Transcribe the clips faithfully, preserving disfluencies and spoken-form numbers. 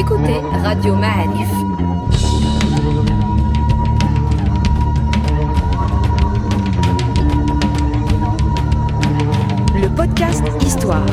écoutez Radio Ma'arif. Le podcast Histoire.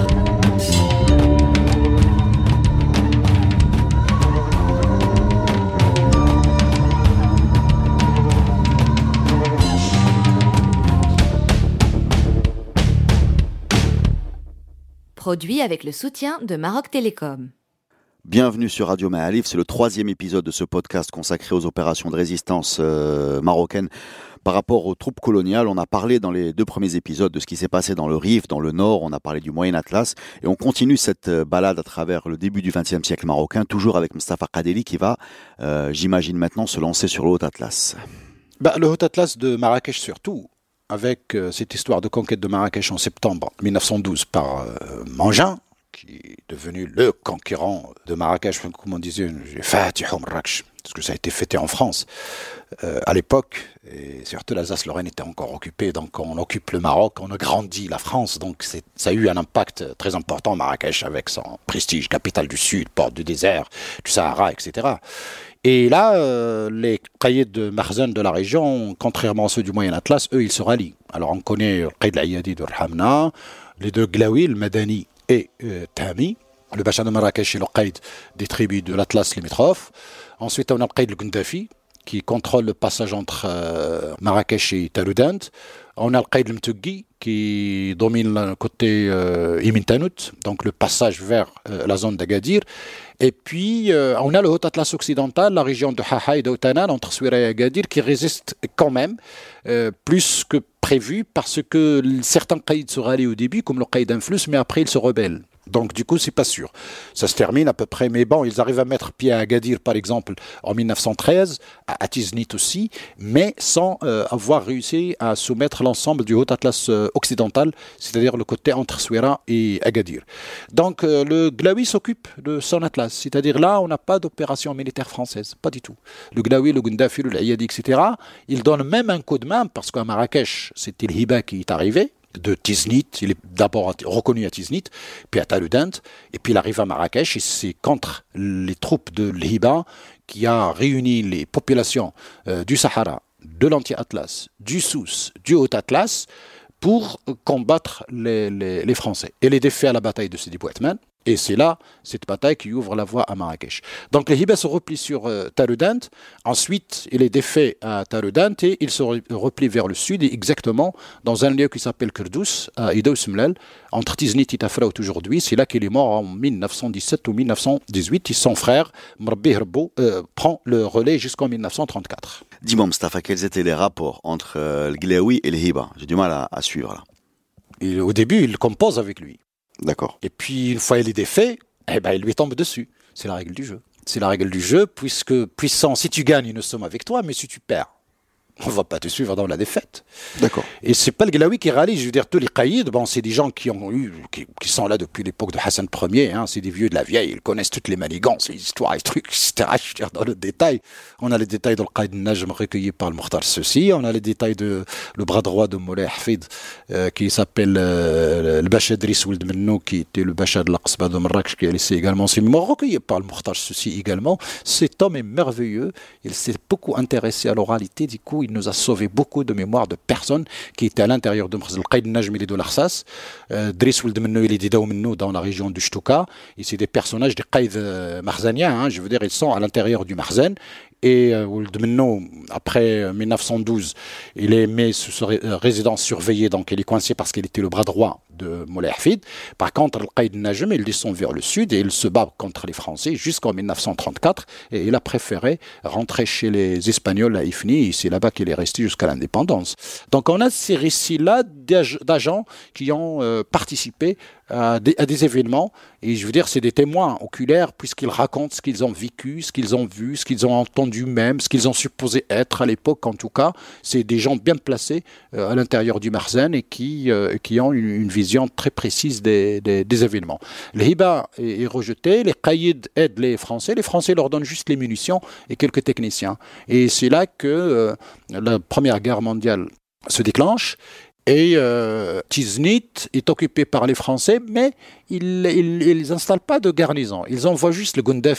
Produit avec le soutien de Maroc Télécom. Bienvenue sur Radio Ma'arif, c'est le troisième épisode de ce podcast consacré aux opérations de résistance euh, marocaines par rapport aux troupes coloniales. On a parlé dans les deux premiers épisodes de ce qui s'est passé dans le Rif, dans le Nord, on a parlé du Moyen Atlas et on continue cette balade à travers le début du vingtième siècle marocain, toujours avec Mustapha Kadeli qui va, euh, j'imagine maintenant, se lancer sur le Haut Atlas. Bah, le Haut Atlas de Marrakech surtout, avec euh, cette histoire de conquête de Marrakech en septembre mille neuf cent douze par euh, Mangin, qui est devenu le conquérant de Marrakech, comme on disait, Fatihou Marrakech, parce que ça a été fêté en France euh, à l'époque, et surtout l'Alsace-Lorraine était encore occupée, donc on occupe le Maroc, on agrandit la France, donc c'est, ça a eu un impact très important Marrakech, avec son prestige, capitale du Sud, porte du désert, du Sahara, et cetera. Et là, euh, les caïds de Makhzen de la région, contrairement à ceux du Moyen Atlas, eux, ils se rallient. Alors, on connaît le Qaïd al-Ayadi de Rhamna, les deux Glaoui, le Madani et euh, Tahmi, le Bacha de Marrakech et le Qaïd des tribus de l'Atlas limitrophe. Ensuite, on a le Qaïd al-Gundafi, qui contrôle le passage entre euh, Marrakech et Taroudant. On a le Qaïd al-Mtuggi, qui domine le côté euh, Imin Tanout, donc le passage vers euh, la zone d'Agadir. Et puis, euh, on a le Haut Atlas occidental, la région de Haha et d'Otanan, entre Souira et Agadir, qui résiste quand même, euh, plus que prévu, parce que certains Qaïds se rallient au début, comme le Qaïd Influs, mais après ils se rebellent. Donc, du coup, c'est pas sûr. Ça se termine à peu près, mais bon, ils arrivent à mettre pied à Agadir, par exemple, en mille neuf cent treize, à Tiznit aussi, mais sans euh, avoir réussi à soumettre l'ensemble du Haut Atlas euh, occidental, c'est-à-dire le côté entre Souira et Agadir. Donc, euh, le Glaoui s'occupe de son Atlas, c'est-à-dire là, on n'a pas d'opération militaire française, pas du tout. Le Glaoui, le Gundafi, le Ayadi, et cetera, ils donnent même un coup de main, parce qu'à Marrakech, c'était le Hiba qui est arrivé, de Tiznit, il est d'abord reconnu à Tiznit, puis à Taroudant, et puis il arrive à Marrakech, et c'est contre les troupes de l'Hiba qui a réuni les populations euh, du Sahara, de l'Anti-Atlas, du Souss, du Haut-Atlas, pour combattre les, les, les Français. Et les défaits à la bataille de Sidi Bou Atman, et c'est là, cette bataille qui ouvre la voie à Marrakech. Donc les Hiba se replient sur euh, Taroudant, ensuite il est défait à Taroudant et il se replie vers le sud, et exactement dans un lieu qui s'appelle Kurdous, à Ida Ousmlal, entre Tiznit et Tafraout aujourd'hui. C'est là qu'il est mort en mille neuf cent dix-sept ou mille neuf cent dix-huit, et son frère, Mrabbi Herbo, euh, prend le relais jusqu'en mille neuf cent trente-quatre. Dis-moi Mustapha, quels étaient les rapports entre euh, le Glaoui et le Hiba? J'ai du mal à, à suivre là. Et, au début, il compose avec lui. D'accord. Et puis, une fois il est défait, eh ben, il lui tombe dessus. C'est la règle du jeu. C'est la règle du jeu, puisque puissant, si tu gagnes, nous sommes avec toi, mais si tu perds, on ne va pas te suivre dans la défaite. D'accord. Et c'est pas le Glaoui qui rallie, je veux dire, tous les caïds, bon, c'est des gens qui ont eu, qui, qui sont là depuis l'époque de Hassan Ier, hein, c'est des vieux de la vieille, ils connaissent toutes les manigances, les histoires, les trucs, et cetera. Je veux dire, dans le détail, on a les détails dans le Qaïd Najm recueillis par le Mokhtar Ceci, on a les détails de le bras droit de Moulay Hafid, euh, qui s'appelle euh, le Bacha Driss Ould Mennou, qui était le Bacha de l'Aqsba de Marrakech, qui a laissé également ses mémoires, recueillis par le Mokhtar Ceci également. Cet homme est merveilleux, il s'est beaucoup intéressé à l'oralité, du coup, il nous a sauvé beaucoup de mémoires de personnes qui étaient à l'intérieur de Marrakech. Le Qaïd Najm, il est de l'Arsas, euh, Driss Ould Mennou, il est d'Idaou Mennou, dans la région du Chtouka, et c'est des personnages des Qaïd euh, marzaniens, hein, je veux dire, ils sont à l'intérieur du Marzen. Et Ould Mennou, après mille neuf cent douze, il est mis sous résidence surveillée, donc il est coincé parce qu'il était le bras droit de Moulay Hafid. Par contre, le Qaïd Najm, il descend vers le sud et il se bat contre les Français jusqu'en mille neuf cent trente-quatre, et il a préféré rentrer chez les Espagnols à Ifni, et c'est là-bas qu'il est resté jusqu'à l'indépendance. Donc on a ces récits-là d'agents qui ont euh, participé à des, à des événements, et je veux dire, c'est des témoins oculaires, puisqu'ils racontent ce qu'ils ont vécu, ce qu'ils ont vu, ce qu'ils ont entendu même, ce qu'ils ont supposé être à l'époque. En tout cas, c'est des gens bien placés euh, à l'intérieur du Marzen, et qui, euh, qui ont une, une vision très précise des, des, des événements. Le Hiba est, est rejeté, les Qaïds aident les Français, les Français leur donnent juste les munitions et quelques techniciens. Et c'est là que euh, la Première Guerre mondiale se déclenche, Et euh, Tiznit est occupé par les Français, mais ils n'installent pas de garnison. Ils envoient juste le Gundafi,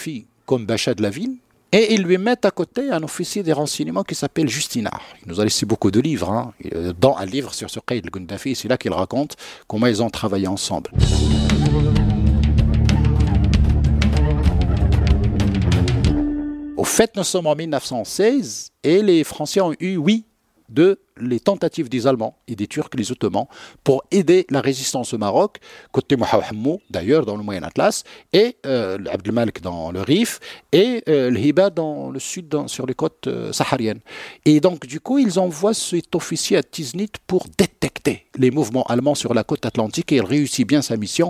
comme Bacha de la ville. Et ils lui mettent à côté un officier des renseignements qui s'appelle Justinard. Il nous a laissé beaucoup de livres, hein. Dans un livre sur ce Qaïd al-Gundafi, c'est là qu'il raconte comment ils ont travaillé ensemble. Au fait, nous sommes en mille neuf cent seize et les Français ont eu, oui, de les tentatives des Allemands et des Turcs, les Ottomans, pour aider la résistance au Maroc, côté Mohamed d'ailleurs dans le Moyen Atlas, et euh, Abdelmalek dans le Rif, et euh, le Hiba dans le sud, dans, sur les côtes euh, sahariennes. Et donc du coup, ils envoient cet officier à Tiznit pour détecter les mouvements allemands sur la côte atlantique, et il réussit bien sa mission,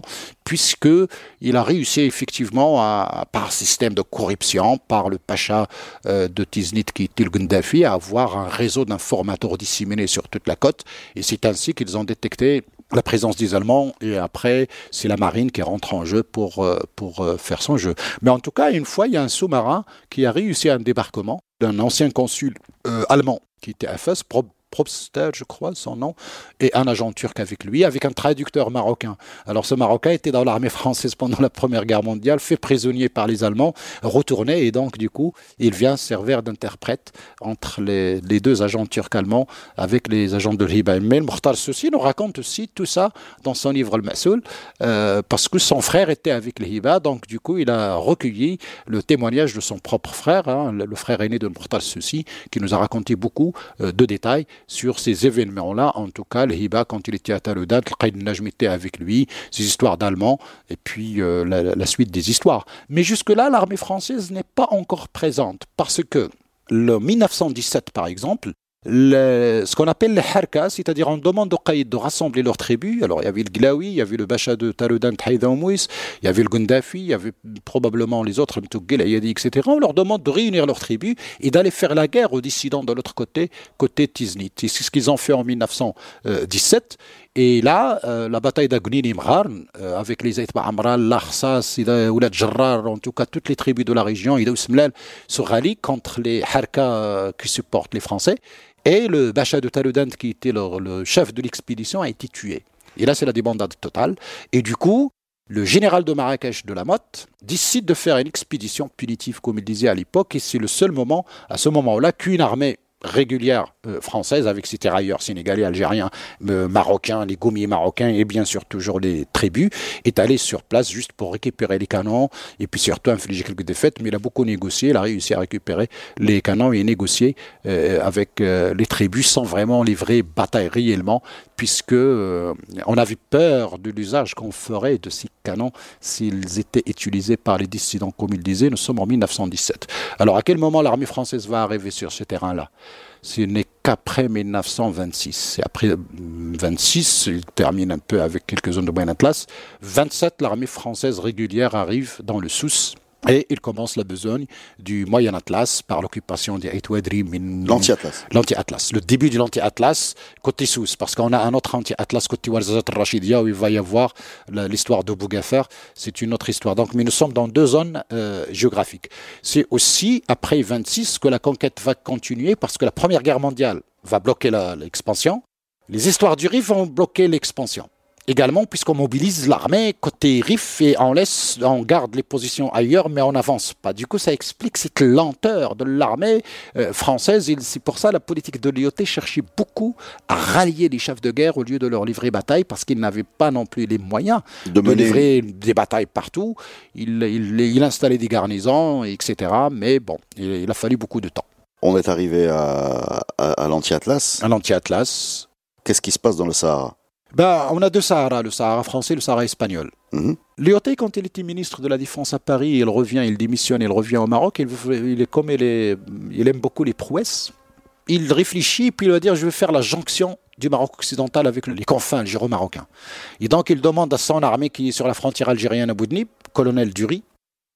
puisqu'il a réussi effectivement, à, par système de corruption, par le pacha euh, de Tiznit qui était le Gundafi, à avoir un réseau d'informateurs disséminés sur toute la côte, et c'est ainsi qu'ils ont détecté la présence des Allemands, et après c'est la marine qui rentre en jeu pour, euh, pour euh, faire son jeu. Mais en tout cas, une fois, il y a un sous-marin qui a réussi un débarquement d'un ancien consul euh, allemand qui était à Fès, Probster, je crois, son nom, et un agent turc avec lui, avec un traducteur marocain. Alors ce Marocain était dans l'armée française pendant la Première Guerre mondiale, fait prisonnier par les Allemands, retourné, et donc du coup, il vient servir d'interprète entre les, les deux agents turcs-allemands avec les agents de l'Hiba. Mais le Mokhtar Soussi nous raconte aussi tout ça dans son livre Al-Ma'soul, euh, parce que son frère était avec l'Hiba, donc du coup, il a recueilli le témoignage de son propre frère, hein, le, le frère aîné de Mokhtar Soussi, qui nous a raconté beaucoup euh, de détails sur ces événements-là, en tout cas, le Hiba, quand il était à Taloudan, le Qaïd Najm était avec lui, ces histoires d'Allemands, et puis euh, la, la suite des histoires. Mais jusque-là, l'armée française n'est pas encore présente, parce que le mille neuf cent dix-sept, par exemple, Le, ce qu'on appelle les harkas, c'est-à-dire on demande aux Qaïd de rassembler leurs tribus. Alors il y avait le Glaoui, il y avait le Bacha de Taloudan, Haïda Mouis, il y avait le Gundafi, il y avait probablement les autres, Mtougel, Ayadi, et cetera. On leur demande de réunir leurs tribus et d'aller faire la guerre aux dissidents de l'autre côté, côté Tiznit. C'est ce qu'ils ont fait en mille neuf cent dix-sept. Et là, euh, la bataille d'Agnin Imran, euh, avec les Aïtba Amral, l'Arsas, Oulad Jarrar, en tout cas toutes les tribus de la région, Ida Ousmlal, se rallient contre les harkas euh, qui supportent les Français. Et le Bacha de Taloudan, qui était le, le chef de l'expédition, a été tué. Et là, c'est la débandade totale. Et du coup, le général de Marrakech de la Motte décide de faire une expédition punitive, comme il disait à l'époque, et c'est le seul moment, à ce moment-là, qu'une armée régulière euh, française, avec ses tirailleurs sénégalais, algériens, euh, marocains, les gommiers marocains et bien sûr toujours les tribus, est allé sur place juste pour récupérer les canons et puis surtout infliger quelques défaites, mais il a beaucoup négocié, il a réussi à récupérer les canons et négocier euh, avec euh, les tribus sans vraiment livrer bataille réellement, puisque euh, on avait peur de l'usage qu'on ferait de ces canons s'ils étaient utilisés par les dissidents, comme il disait. Nous sommes en mille neuf cent dix-sept. Alors à quel moment l'armée française va arriver sur ce terrain-là ? Ce n'est qu'après mille neuf cent vingt-six. Et après vingt-six, il termine un peu avec quelques zones de Moyen Atlas. vingt-sept, l'armée française régulière arrive dans le Souss. Et il commence la besogne du Moyen Atlas par l'occupation des Aït-Ouadri. L'anti-Atlas. L'anti-Atlas. Le début de l'anti-Atlas côté Souss. Parce qu'on a un autre anti-Atlas côté Ouarzazat al-Rachidia où il va y avoir la, l'histoire de Bougafer. C'est une autre histoire. Donc, mais nous sommes dans deux zones euh, géographiques. C'est aussi après vingt-six que la conquête va continuer parce que la Première Guerre mondiale va bloquer la, l'expansion. Les histoires du Rif vont bloquer l'expansion. Également, puisqu'on mobilise l'armée côté Rif et on laisse, on garde les positions ailleurs, mais on n'avance pas. Du coup, ça explique cette lenteur de l'armée euh, française. Et c'est pour ça la politique de l'I O T cherchait beaucoup à rallier les chefs de guerre au lieu de leur livrer bataille, parce qu'ils n'avaient pas non plus les moyens de, de mener... livrer des batailles partout. Il, il, il installait des garnisons, et cetera. Mais bon, il, il a fallu beaucoup de temps. On est arrivé à, à, à l'anti-Atlas. À l'anti-Atlas. Qu'est-ce qui se passe dans le Sahara ? Ben, on a deux Sahara, le Sahara français et le Sahara espagnol. Mmh. L'I O T, quand il était ministre de la Défense à Paris, il revient, il démissionne, il revient au Maroc, il, il est comme il, est, il aime beaucoup les prouesses. Il réfléchit, puis il va dire, je vais faire la jonction du Maroc occidental avec les confins algéro-marocains. Et donc, il demande à son armée qui est sur la frontière algérienne à Boudnib, colonel Dury,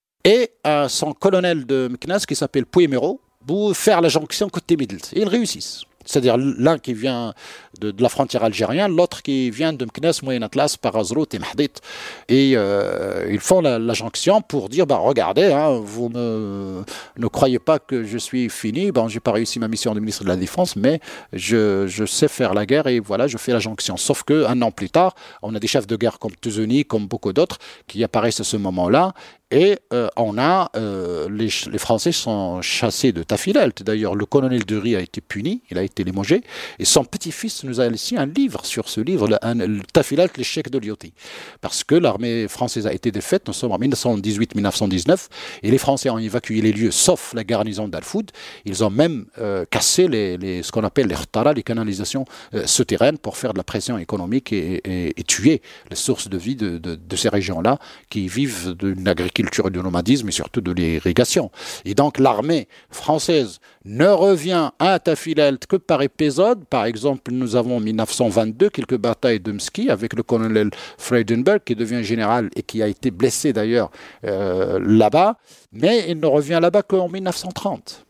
et à son colonel de Meknès, qui s'appelle Pouémero, pour faire la jonction côté Midelt. Et ils réussissent. C'est-à-dire l'un qui vient de, de la frontière algérienne, l'autre qui vient de Meknès, Moyen Atlas, par Azrout et Mahdit. Et euh, ils font la, la jonction pour dire, bah, regardez, hein, vous me, ne croyez pas que je suis fini, bon, j'ai pas réussi ma mission de ministre de la Défense, mais je, je sais faire la guerre et voilà, je fais la jonction. Sauf qu'un an plus tard, on a des chefs de guerre comme Touzeni, comme beaucoup d'autres, qui apparaissent à ce moment-là Et euh, on a, euh, les, les Français sont chassés de Tafilalt. D'ailleurs, le colonel de Rie a été puni, il a été limogé. Et son petit-fils nous a laissé un livre sur ce livre, le, un, le Tafilalt, l'échec de Lyoté. Parce que l'armée française a été défaite, nous sommes en mille neuf cent dix-huit mille neuf cent dix-neuf, et les Français ont évacué les lieux, sauf la garnison d'Al-Foud. Ils ont même euh, cassé les, les, ce qu'on appelle les rtara, les canalisations euh, souterraines, pour faire de la pression économique et, et, et tuer les sources de vie de, de, de ces régions-là, qui vivent d'une agriculture culture du nomadisme et surtout de l'irrigation. Et donc l'armée française ne revient à Tafilalt que par épisode. Par exemple, nous avons en mille neuf cent vingt-deux quelques batailles de Mski avec le colonel Freudenberg qui devient général et qui a été blessé d'ailleurs euh, là-bas, mais il ne revient là-bas qu'en mille neuf cent trente.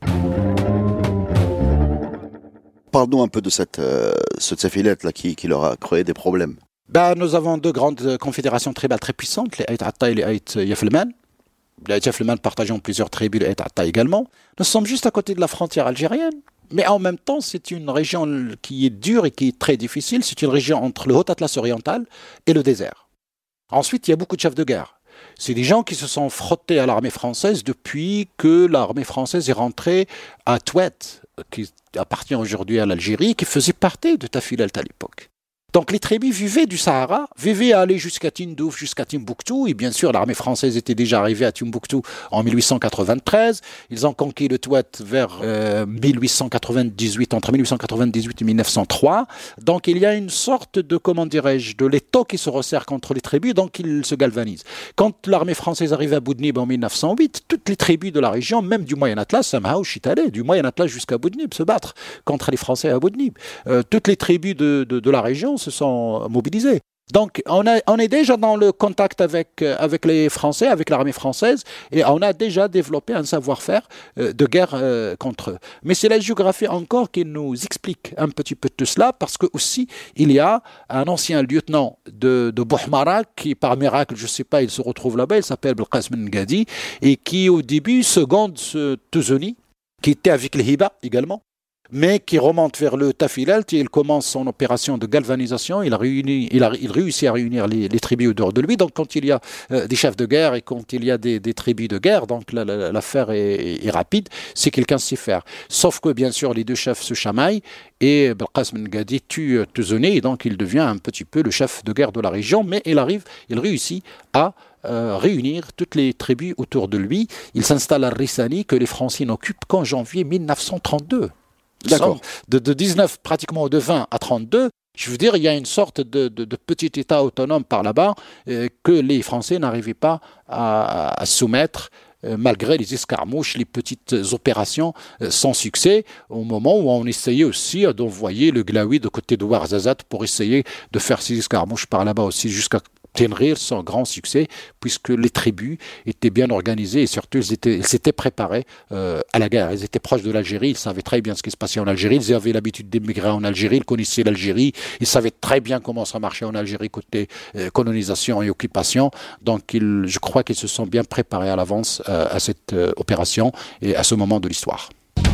Parle-nous un peu de cette, euh, ce Tafilalt là qui, qui leur a créé des problèmes. Ben, nous avons deux grandes confédérations tribales très puissantes, les Ait Atta et les Ait Yafleman. Les Ait Yafleman partageant plusieurs tribus, les Ait Atta également. Nous sommes juste à côté de la frontière algérienne, mais en même temps, c'est une région qui est dure et qui est très difficile. C'est une région entre le Haut Atlas oriental et le désert. Ensuite, il y a beaucoup de chefs de guerre. C'est des gens qui se sont frottés à l'armée française depuis que l'armée française est rentrée à Touet, qui appartient aujourd'hui à l'Algérie, qui faisait partie de Tafilalt à l'époque. Donc les tribus vivaient du Sahara, vivaient à aller jusqu'à Tindouf, jusqu'à Timbuktu, et bien sûr l'armée française était déjà arrivée à Timbuktu en mille huit cent quatre-vingt-treize. Ils ont conquis le Touet vers euh, mille huit cent quatre-vingt-dix-huit, entre mille huit cent quatre-vingt-dix-huit et mille neuf cent trois. Donc il y a une sorte de, comment dirais-je, de l'étau qui se resserre contre les tribus, donc ils se galvanisent. Quand l'armée française arrive à Boudnib en mille neuf cent huit, toutes les tribus de la région, même du Moyen Atlas, Samhaou, Chitale, du Moyen Atlas jusqu'à Boudnib, se battre contre les Français à Boudnib. Euh, toutes les tribus de, de, de la région se sont mobilisés. Donc on, a, on est déjà dans le contact avec, avec les Français, avec l'armée française, et on a déjà développé un savoir-faire euh, de guerre euh, contre eux. Mais c'est la géographie encore qui nous explique un petit peu tout cela, parce que aussi il y a un ancien lieutenant de, de Bouhmara qui, par miracle, je ne sais pas, il se retrouve là-bas, il s'appelle Belqasem Ngadi, et qui au début seconde ce Tuzoni, qui était avec les Hiba également, mais qui remonte vers le Tafilalt et il commence son opération de galvanisation. Il, a réuni, il, a, il réussit à réunir les, les tribus autour de lui. Donc quand il y a euh, des chefs de guerre et quand il y a des, des tribus de guerre, donc la, la, l'affaire est, est, est rapide, c'est quelqu'un sait faire. Sauf que bien sûr les deux chefs se chamaillent et Belqasem Ngadi tue Tuzoni et donc il devient un petit peu le chef de guerre de la région, mais il arrive, il réussit à Euh, réunir toutes les tribus autour de lui. Il s'installe à Rissani que les Français n'occupent qu'en janvier mille neuf cent trente-deux. D'accord. De, de dix-neuf pratiquement de vingt à trente-deux, je veux dire, il y a une sorte de, de, de petit État autonome par là-bas euh, que les Français n'arrivaient pas à, à soumettre euh, malgré les escarmouches, les petites opérations euh, sans succès, au moment où on essayait aussi d'envoyer le Glaoui de côté de Ouarzazate pour essayer de faire ces escarmouches par là-bas aussi jusqu'à Tenrir sans grand succès, puisque les tribus étaient bien organisées et surtout ils, étaient, ils s'étaient préparés euh, à la guerre. Ils étaient proches de l'Algérie, ils savaient très bien ce qui se passait en Algérie, ils avaient l'habitude d'émigrer en Algérie, ils connaissaient l'Algérie, ils savaient très bien comment ça marchait en Algérie côté euh, colonisation et occupation. Donc ils, je crois qu'ils se sont bien préparés à l'avance euh, à cette euh, opération et à ce moment de l'histoire.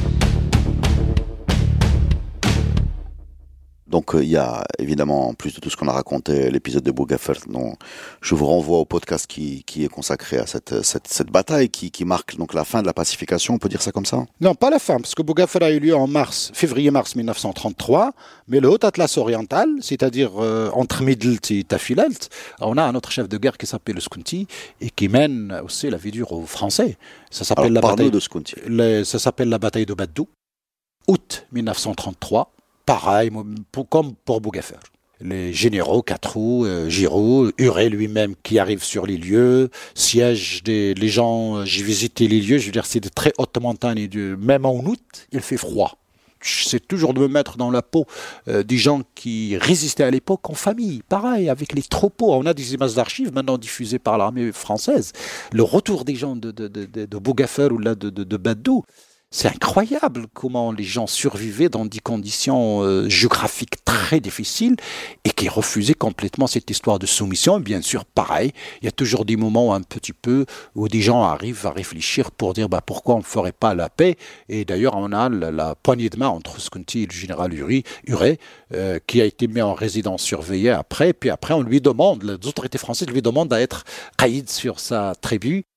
Donc il euh, y a évidemment, en plus de tout ce qu'on a raconté, l'épisode de Bougafer, dont je vous renvoie au podcast qui, qui est consacré à cette, cette, cette bataille qui, qui marque donc la fin de la pacification, on peut dire ça comme ça? Non, pas la fin, parce que Bougafer a eu lieu en mars, février-mars mille neuf cent trente-trois, mais le Haut Atlas oriental, c'est-à-dire euh, entre Midelt et Tafilalt, on a un autre chef de guerre qui s'appelle le Skunti et qui mène aussi la vie dure aux Français. Ça s'appelle Alors, la bataille de Skunti. Les, ça s'appelle la bataille de Baddou, août mille neuf cent trente-trois. Pareil, pour, comme pour Bougafer. Les généraux, Catrou, euh, Giraud, Huré lui-même qui arrive sur les lieux, siège des les gens, euh, j'ai visité les lieux, je veux dire, c'est de très hautes montagnes, et de, même en août, il fait froid. J'essaie toujours de me mettre dans la peau euh, des gens qui résistaient à l'époque en famille, pareil, avec les troupeaux. On a des images d'archives maintenant diffusées par l'armée française. Le retour des gens de, de, de, de, de Bougafer ou là de, de, de Baddou. C'est incroyable comment les gens survivaient dans des conditions euh, géographiques très difficiles et qui refusaient complètement cette histoire de soumission. Et bien sûr, pareil, il y a toujours des moments un petit peu où des gens arrivent à réfléchir pour dire bah, pourquoi on ne ferait pas la paix. Et d'ailleurs, on a la, la poignée de main entre Skunti et le général Huré, Huré euh, qui a été mis en résidence surveillée après. Puis après, on lui demande, les autorités françaises lui demandent d'être caïd sur sa tribu.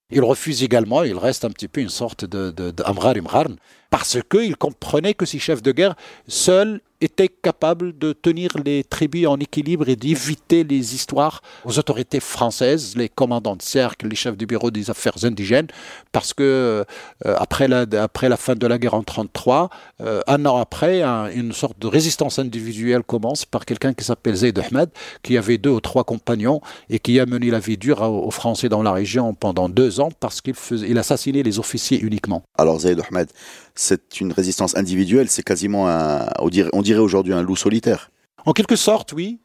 Il refuse également, il reste un petit peu une sorte de, de, de Amrar Imrarn, parce qu'il comprenait que ces chefs de guerre seuls étaient capables de tenir les tribus en équilibre et d'éviter les histoires aux autorités françaises, les commandants de cercle, les chefs du bureau des affaires indigènes, parce que euh, après, la, après la fin de la guerre en trente-trois, euh, un an après, un, une sorte de résistance individuelle commence par quelqu'un qui s'appelle Zaid Ahmed, qui avait deux ou trois compagnons et qui a mené la vie dure aux, aux Français dans la région pendant deux ans parce qu'il faisait, il assassinait les officiers uniquement. Alors Zaid Ahmed, c'est une résistance individuelle, c'est quasiment un, on dirait, on dirait aujourd'hui un loup solitaire. En quelque sorte, oui.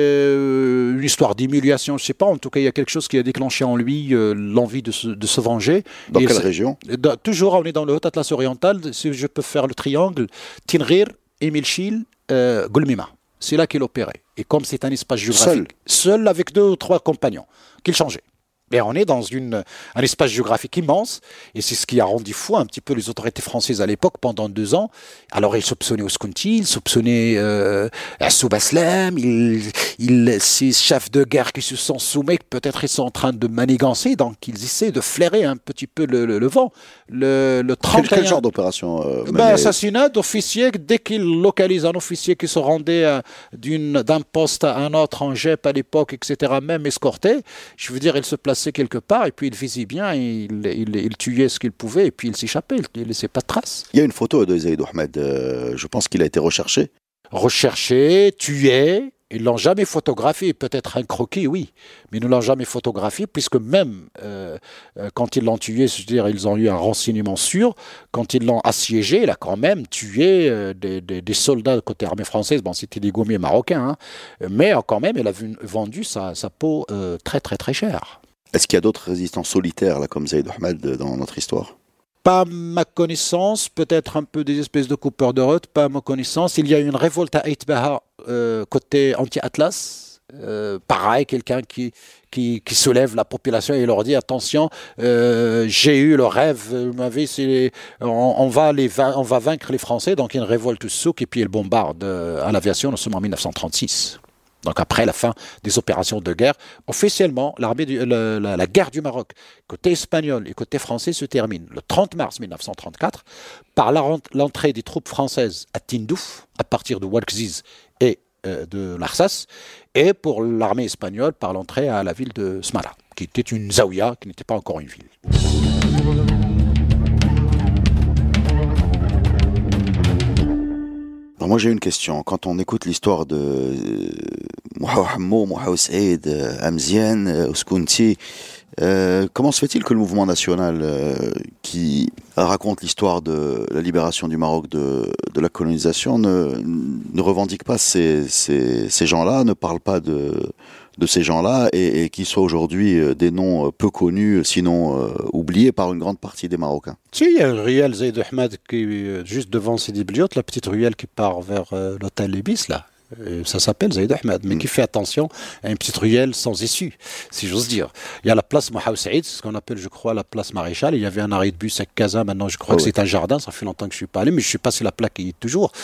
Euh, une histoire d'humiliation, je ne sais pas. En tout cas, il y a quelque chose qui a déclenché en lui euh, l'envie de se, de se venger. Dans Et quelle région? dans, Toujours, on est dans le Haut-Atlas oriental. Si je peux faire le triangle, Tinrir, Emilchil, euh, Golmima. C'est là qu'il opérait. Et comme c'est un espace géographique, seul, seul avec deux ou trois compagnons, qu'il changeait. Et on est dans une, un espace géographique immense, et c'est ce qui a rendu fou un petit peu les autorités françaises à l'époque pendant deux ans. Alors ils soupçonnaient Ouscounti, ils soupçonnaient euh, Soubaslam, ils, ils, ces chefs de guerre qui se sont soumis, peut-être ils sont en train de manigancer, donc ils essaient de flairer un petit peu le, le, le vent. Le, le trente et un... Quel, quel genre d'opération euh, ben, assassinat d'officiers, dès qu'ils localisent un officier qui se rendait euh, d'une, d'un poste à un autre en G E P à l'époque, et cetera, même escorté, je veux dire, ils se plaçaient quelque part et puis il visait bien, il, il, il tuait ce qu'il pouvait et puis il s'échappait, il ne laissait pas de traces. Il y a une photo de Zaid Ahmed, euh, je pense qu'il a été recherché. Recherché, tué, ils ne l'ont jamais photographié, peut-être un croquis, oui, mais ils ne l'ont jamais photographié puisque même euh, quand ils l'ont tué, c'est-à-dire ils ont eu un renseignement sûr, quand ils l'ont assiégé, il a quand même tué euh, des, des, des soldats côté armée française, bon c'était des gommiers marocains, hein, mais quand même il a vu, vendu sa, sa peau euh, très très très chère. Est-ce qu'il y a d'autres résistants solitaires là, comme Zaid Ahmed dans notre histoire? Pas à ma connaissance, peut-être un peu des espèces de coupeurs de route, pas à ma connaissance. Il y a eu une révolte à Aït-Baha, euh, côté anti-Atlas. Euh, pareil, quelqu'un qui, qui, qui soulève la population et leur dit attention, euh, j'ai eu le rêve, m'avez, c'est, on, on, va les, on va vaincre les Français. Donc il y a une révolte souk et puis il bombarde euh, à l'aviation, nous sommes en dix-neuf cent trente-six. Donc après la fin des opérations de guerre, officiellement, l'armée du, la, la, la guerre du Maroc, côté espagnol et côté français, se termine le trente mars dix-neuf cent trente-quatre par la, l'entrée des troupes françaises à Tindouf, à partir de Ouargziz et euh, de l'Arsas, et pour l'armée espagnole par l'entrée à la ville de Smara, qui était une zaouïa, qui n'était pas encore une ville. Alors moi j'ai une question. Quand on écoute l'histoire de Mohamed, Mohamed Saïd, Amzian, Ouscounti, euh, comment se fait-il que le mouvement national euh, qui raconte l'histoire de la libération du Maroc de, de la colonisation ne, ne revendique pas ces, ces, ces gens-là, ne parle pas de, de ces gens-là et, et qui soient aujourd'hui des noms peu connus, sinon euh, oubliés par une grande partie des Marocains? Si, il y a une ruelle Zaid Ahmed qui est juste devant Sidi Bliout, la petite ruelle qui part vers euh, l'hôtel Libis, là. Et ça s'appelle Zaid Ahmed, mais mm. qui fait attention à une petite ruelle sans issue, si j'ose dire. Il y a la place Mohamed Saïd, ce qu'on appelle, je crois, la place Maréchal. Il y avait un arrêt de bus à Casa, maintenant je crois oh que oui. c'est un jardin, ça fait longtemps que je ne suis pas allé, mais je ne sais pas si la plaque y est toujours.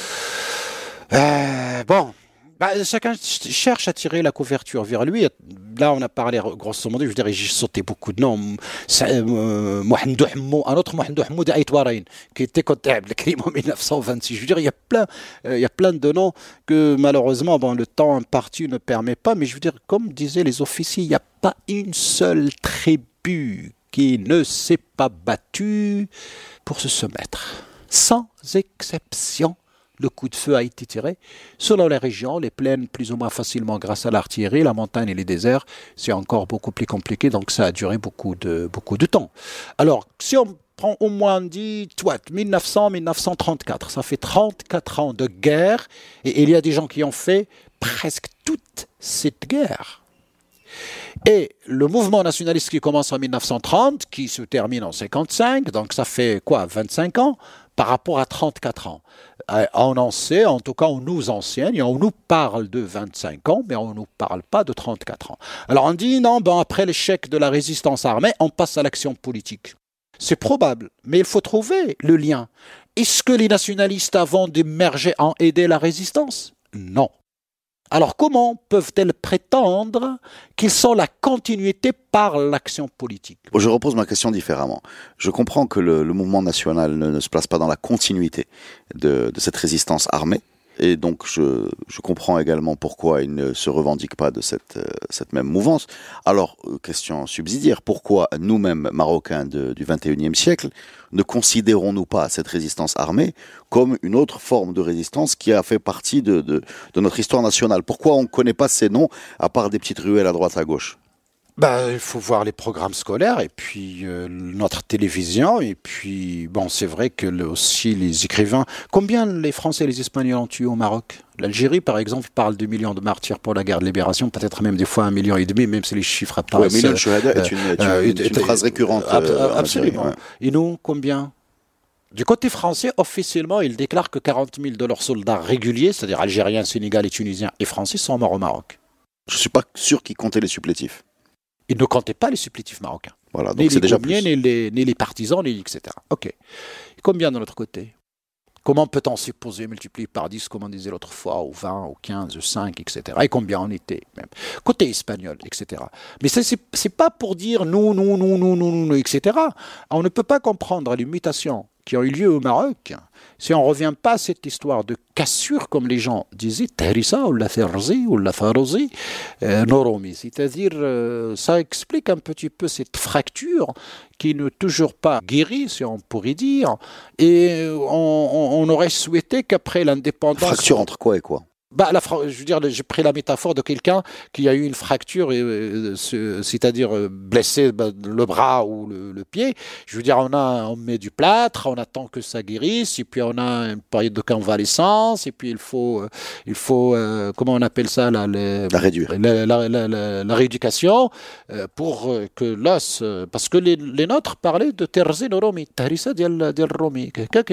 Euh, bon. Bah, chacun cherche à tirer la couverture vers lui. Là, on a parlé grosso modo, je veux dire, j'ai sauté beaucoup de noms. Euh, Mohamed Hamou, un autre Mohamed Hamou d'Aïtouaraïn, qui était comptable de crime en dix-neuf cent vingt-six. Je veux dire, il y a plein, euh, il y a plein de noms que malheureusement, bon, le temps imparti ne permet pas. Mais je veux dire, comme disaient les officiers, il n'y a pas une seule tribu qui ne s'est pas battue pour se soumettre. Sans exception. Le coup de feu a été tiré. Selon les régions, les plaines plus ou moins facilement grâce à l'artillerie, la montagne et les déserts, c'est encore beaucoup plus compliqué, donc ça a duré beaucoup de, beaucoup de temps. Alors, si on prend au moins dit, toi, dix-neuf cents à dix-neuf cent trente-quatre, ça fait trente-quatre ans de guerre, et il y a des gens qui ont fait presque toute cette guerre. Et le mouvement nationaliste qui commence en dix-neuf cent trente, qui se termine en cinquante-cinq, donc ça fait quoi, vingt-cinq ans par rapport à trente-quatre ans. On en sait, en tout cas on nous enseigne, on nous parle de vingt-cinq ans, mais on ne nous parle pas de trente-quatre ans. Alors on dit non, ben après l'échec de la résistance armée, on passe à l'action politique. C'est probable, mais il faut trouver le lien. Est-ce que les nationalistes avant d'émerger ont aidé la résistance? Non. Alors comment peuvent-elles prétendre qu'ils sont la continuité par l'action politique? Je repose ma question différemment. Je comprends que le, le mouvement national ne, ne se place pas dans la continuité de, de cette résistance armée. Et donc, je, je comprends également pourquoi il ne se revendique pas de cette, euh, cette même mouvance. Alors, euh, question subsidiaire, pourquoi nous-mêmes, Marocains de, du vingt et unième siècle, ne considérons-nous pas cette résistance armée comme une autre forme de résistance qui a fait partie de, de, de notre histoire nationale? Pourquoi on ne connaît pas ces noms, à part des petites ruelles à droite à gauche? Ben, il faut voir les programmes scolaires et puis euh, notre télévision et puis bon, c'est vrai que le, aussi les écrivains. Combien les Français et les Espagnols ont tué au Maroc? L'Algérie, par exemple, parle de millions de martyrs pour la guerre de libération, peut-être même des fois un million et demi, même si les chiffres apparaissent. Oui, million de shuhada est une, est une, euh, une, une phrase récurrente. Euh, absolument. Ouais. Et nous, combien? Du côté français, officiellement, ils déclarent que quarante mille de leurs soldats réguliers, c'est-à-dire algériens, sénégalais, tunisiens et français, sont morts au Maroc. Je ne suis pas sûr qu'ils comptaient les supplétifs. Ils ne comptaient pas les supplétifs marocains. Voilà, donc ni c'est les déjà Goumiens, plus. Ni les, ni les partisans, ni et cetera. Ok. Et combien de l'autre côté? Comment peut-on supposer multiplier par dix, comme on disait l'autre fois, ou vingt, ou quinze, ou cinq, et cetera. Et combien on était même. Côté espagnol, et cetera. Mais ce n'est pas pour dire nous, nous, nous, nous, nous, nous, et cetera. On ne peut pas comprendre les mutations qui ont eu lieu au Maroc si on ne revient pas à cette histoire de cassure, comme les gens disaient, Tahrissa ou la Ferzi ou la Farozi, euh, Noromi. C'est-à-dire, euh, ça explique un petit peu cette fracture qui n'est toujours pas guérie, si on pourrait dire. Et on, on, on aurait souhaité qu'après l'indépendance... Fracture entre quoi et quoi? Bah, la, je veux dire, j'ai pris la métaphore de quelqu'un qui a eu une fracture, euh, c'est-à-dire euh, blessé bah, le bras ou le, le pied. Je veux dire, on, a, on met du plâtre, on attend que ça guérisse, et puis on a une période de convalescence, et puis il faut, euh, il faut euh, comment on appelle ça là, les, La réduire. La, la, la, la, la rééducation euh, pour euh, que l'os... Euh, parce que les, les nôtres parlaient de Terzi Noromi, Tahrissa dial Romi.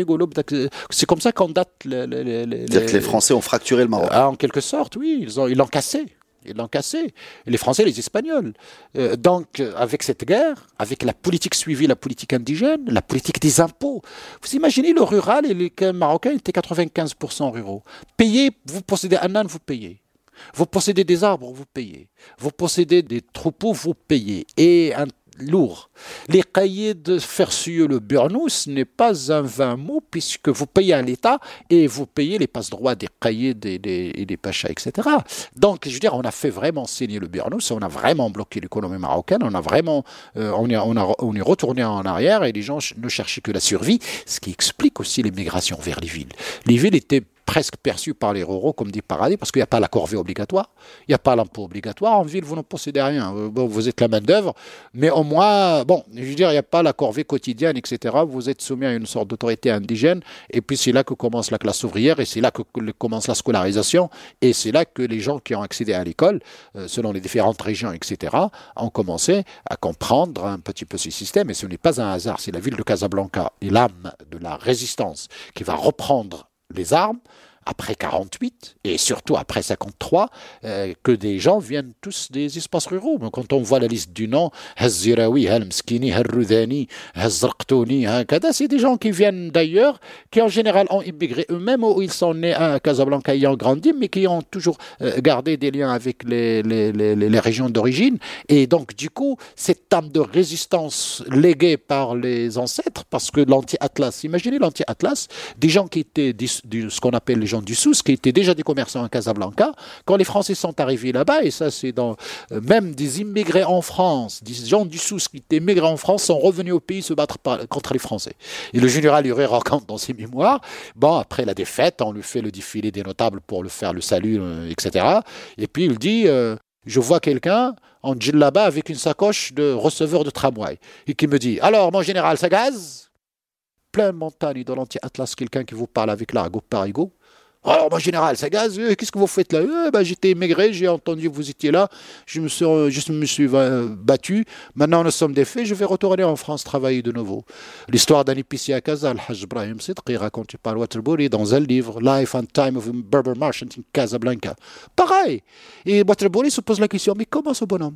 C'est comme ça qu'on date les... les, les, les C'est-à-dire que les Français ont fracturé le Maroc. Ah, en quelque sorte, oui, ils ont, ils l'ont cassé. Ils l'ont cassé. Les Français, les Espagnols. Euh, donc, avec cette guerre, avec la politique suivie, la politique indigène, la politique des impôts. Vous imaginez, le rural et les Marocains étaient quatre-vingt-quinze pour cent ruraux. Payez, vous possédez un âne, vous payez. Vous possédez des arbres, vous payez. Vous possédez des troupeaux, vous payez. Et un lourd. Les cahiers de Fercieux le Burnous n'est pas un vain mot puisque vous payez à l'État et vous payez les passe-droits des cahiers des, des, et des pachas, et cetera. Donc, je veux dire, on a fait vraiment saigner le Burnous, on a vraiment bloqué l'économie marocaine, on a vraiment, euh, on, est, on, a, on est retourné en arrière et les gens ne cherchaient que la survie, ce qui explique aussi les migrations vers les villes. Les villes étaient presque perçu par les ruraux comme des paradis parce qu'il n'y a pas la corvée obligatoire, il n'y a pas l'impôt obligatoire. En ville, vous ne possédez rien. Bon, vous êtes la main-d'œuvre, mais au moins, bon, je veux dire, il n'y a pas la corvée quotidienne, et cetera. Vous êtes soumis à une sorte d'autorité indigène, et puis c'est là que commence la classe ouvrière, et c'est là que commence la scolarisation, et c'est là que les gens qui ont accédé à l'école, euh, selon les différentes régions, et cetera, ont commencé à comprendre un petit peu ce système, et ce n'est pas un hasard. C'est la ville de Casablanca et l'âme de la résistance qui va reprendre les armes après quarante-huit et surtout après cinquante-trois, euh, que des gens viennent tous des espaces ruraux. Mais quand on voit la liste du nom, Hazziraoui, Halmskini, Harroudani, Hazzarqtouni, c'est des gens qui viennent d'ailleurs, qui en général ont immigré eux-mêmes où ils sont nés à Casablanca ayant grandi, mais qui ont toujours euh, gardé des liens avec les, les, les, les régions d'origine. Et donc, du coup, cette âme de résistance léguée par les ancêtres, parce que l'anti-Atlas, imaginez l'anti-Atlas, des gens qui étaient du, du, ce qu'on appelle les gens du Souss, qui étaient déjà des commerçants à Casablanca, quand les Français sont arrivés là-bas, et ça c'est dans euh, même des immigrés en France, des gens du Souss qui étaient immigrés en France sont revenus au pays se battre par, contre les Français. Et le général Huré raconte dans ses mémoires, bon, après la défaite, on lui fait le défilé des notables pour le faire le salut, euh, et cetera. Et puis il dit, euh, je vois quelqu'un en djellaba avec une sacoche de receveur de tramway, et qui me dit, alors mon général, ça gaze? Plein de montagnes dans l'anti-Atlas, quelqu'un qui vous parle avec l'argot parigot. Alors, mon général, ça gaz, euh, qu'est-ce que vous faites là? euh, ben, J'étais immigré, j'ai entendu que vous étiez là, je me suis, je me suis euh, battu, maintenant nous sommes défaits, je vais retourner en France travailler de nouveau. L'histoire d'un épicier à Casa, Al-Hajj Ibrahim Sidqi, racontée par Waterbury dans un livre, Life and Time of a Berber Merchant in Casablanca. Pareil. Et Waterbury se pose la question, mais comment ce bonhomme?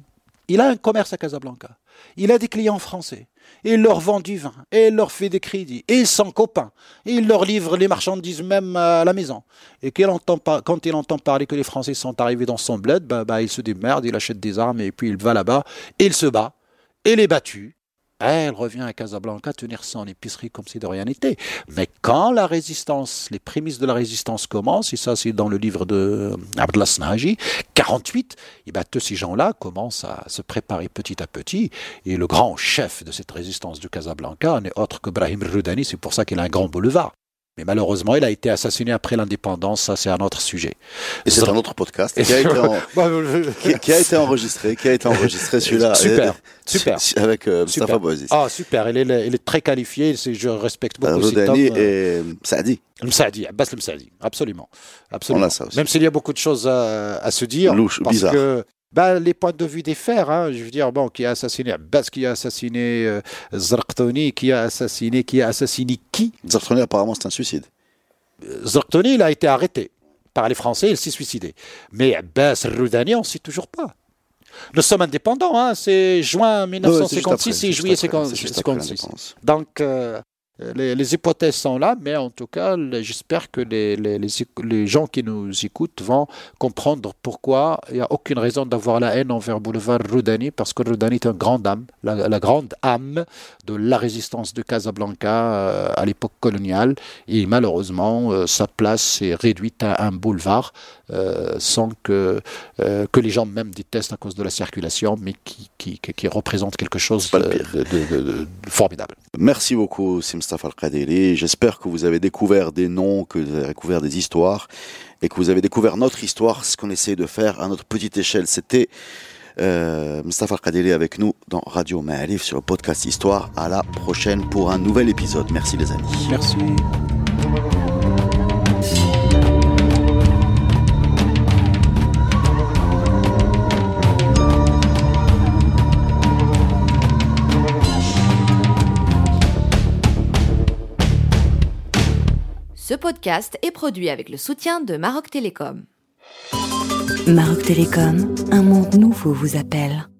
Il a un commerce à Casablanca. Il a des clients français. Et il leur vend du vin. Et il leur fait des crédits. Et ils sont copains. Et il leur livre les marchandises même à la maison. Et qu'il entend pas, quand il entend parler que les Français sont arrivés dans son bled, bah, bah, il se démerde, il achète des armes et puis il va là-bas. Et il se bat. Et il est battu. Elle revient à Casablanca tenir son épicerie comme si de rien n'était. Mais quand la résistance, les prémices de la résistance commencent, et ça c'est dans le livre de Abdallah Snaji, quarante-huit, et ben, tous ces gens-là commencent à se préparer petit à petit. Et le grand chef de cette résistance de Casablanca n'est autre que Brahim Roudani, c'est pour ça qu'il a un grand boulevard. Mais malheureusement, il a été assassiné après l'indépendance, ça c'est un autre sujet. Et c'est un autre podcast qui a été, en... qui, qui a été enregistré, qui a été enregistré celui-là. Super, et, super. Avec euh, Mustafa Bouaziz. Ah super, il est, il est très qualifié, je respecte beaucoup cet homme. Roudani et Msaadi. Msaadi, Abbas Msaadi, absolument. absolument. On a ça aussi. Même s'il y a beaucoup de choses à, à se dire. Louche, parce bizarre. Que, bah, les points de vue diffèrent, hein. Je veux dire, bon, qui a assassiné Abbas, qui a assassiné euh, Zarqtoni, qui a assassiné, qui a assassiné qui Zarqtoni, apparemment, c'est un suicide. Zarqtoni, il a été arrêté par les Français, il s'est suicidé. Mais Abbas Roudani, on ne sait toujours pas. Nous sommes indépendants, hein, c'est juin dix-neuf cent cinquante-six et juillet cinquante-six. Donc, euh, les, les hypothèses sont là, mais en tout cas, les, j'espère que les, les, les, les gens qui nous écoutent vont comprendre pourquoi il n'y a aucune raison d'avoir la haine envers Boulevard Roudani, parce que Roudani est un grand âme, la, la grande âme de la résistance de Casablanca euh, à l'époque coloniale, et malheureusement, euh, sa place est réduite à un boulevard, euh, sans que, euh, que les gens même détestent à cause de la circulation, mais qui, qui, qui, qui représente quelque chose de, de, de, de, de formidable. Merci beaucoup, Sim Mustafa Al-Qadiri. J'espère que vous avez découvert des noms, que vous avez découvert des histoires et que vous avez découvert notre histoire, ce qu'on essaie de faire à notre petite échelle. C'était euh, Mustafa Al-Qadiri avec nous dans Radio Ma'alif sur le podcast Histoire. À la prochaine pour un nouvel épisode. Merci les amis. Merci. Ce podcast est produit avec le soutien de Maroc Télécom. Maroc Télécom, un monde nouveau vous appelle.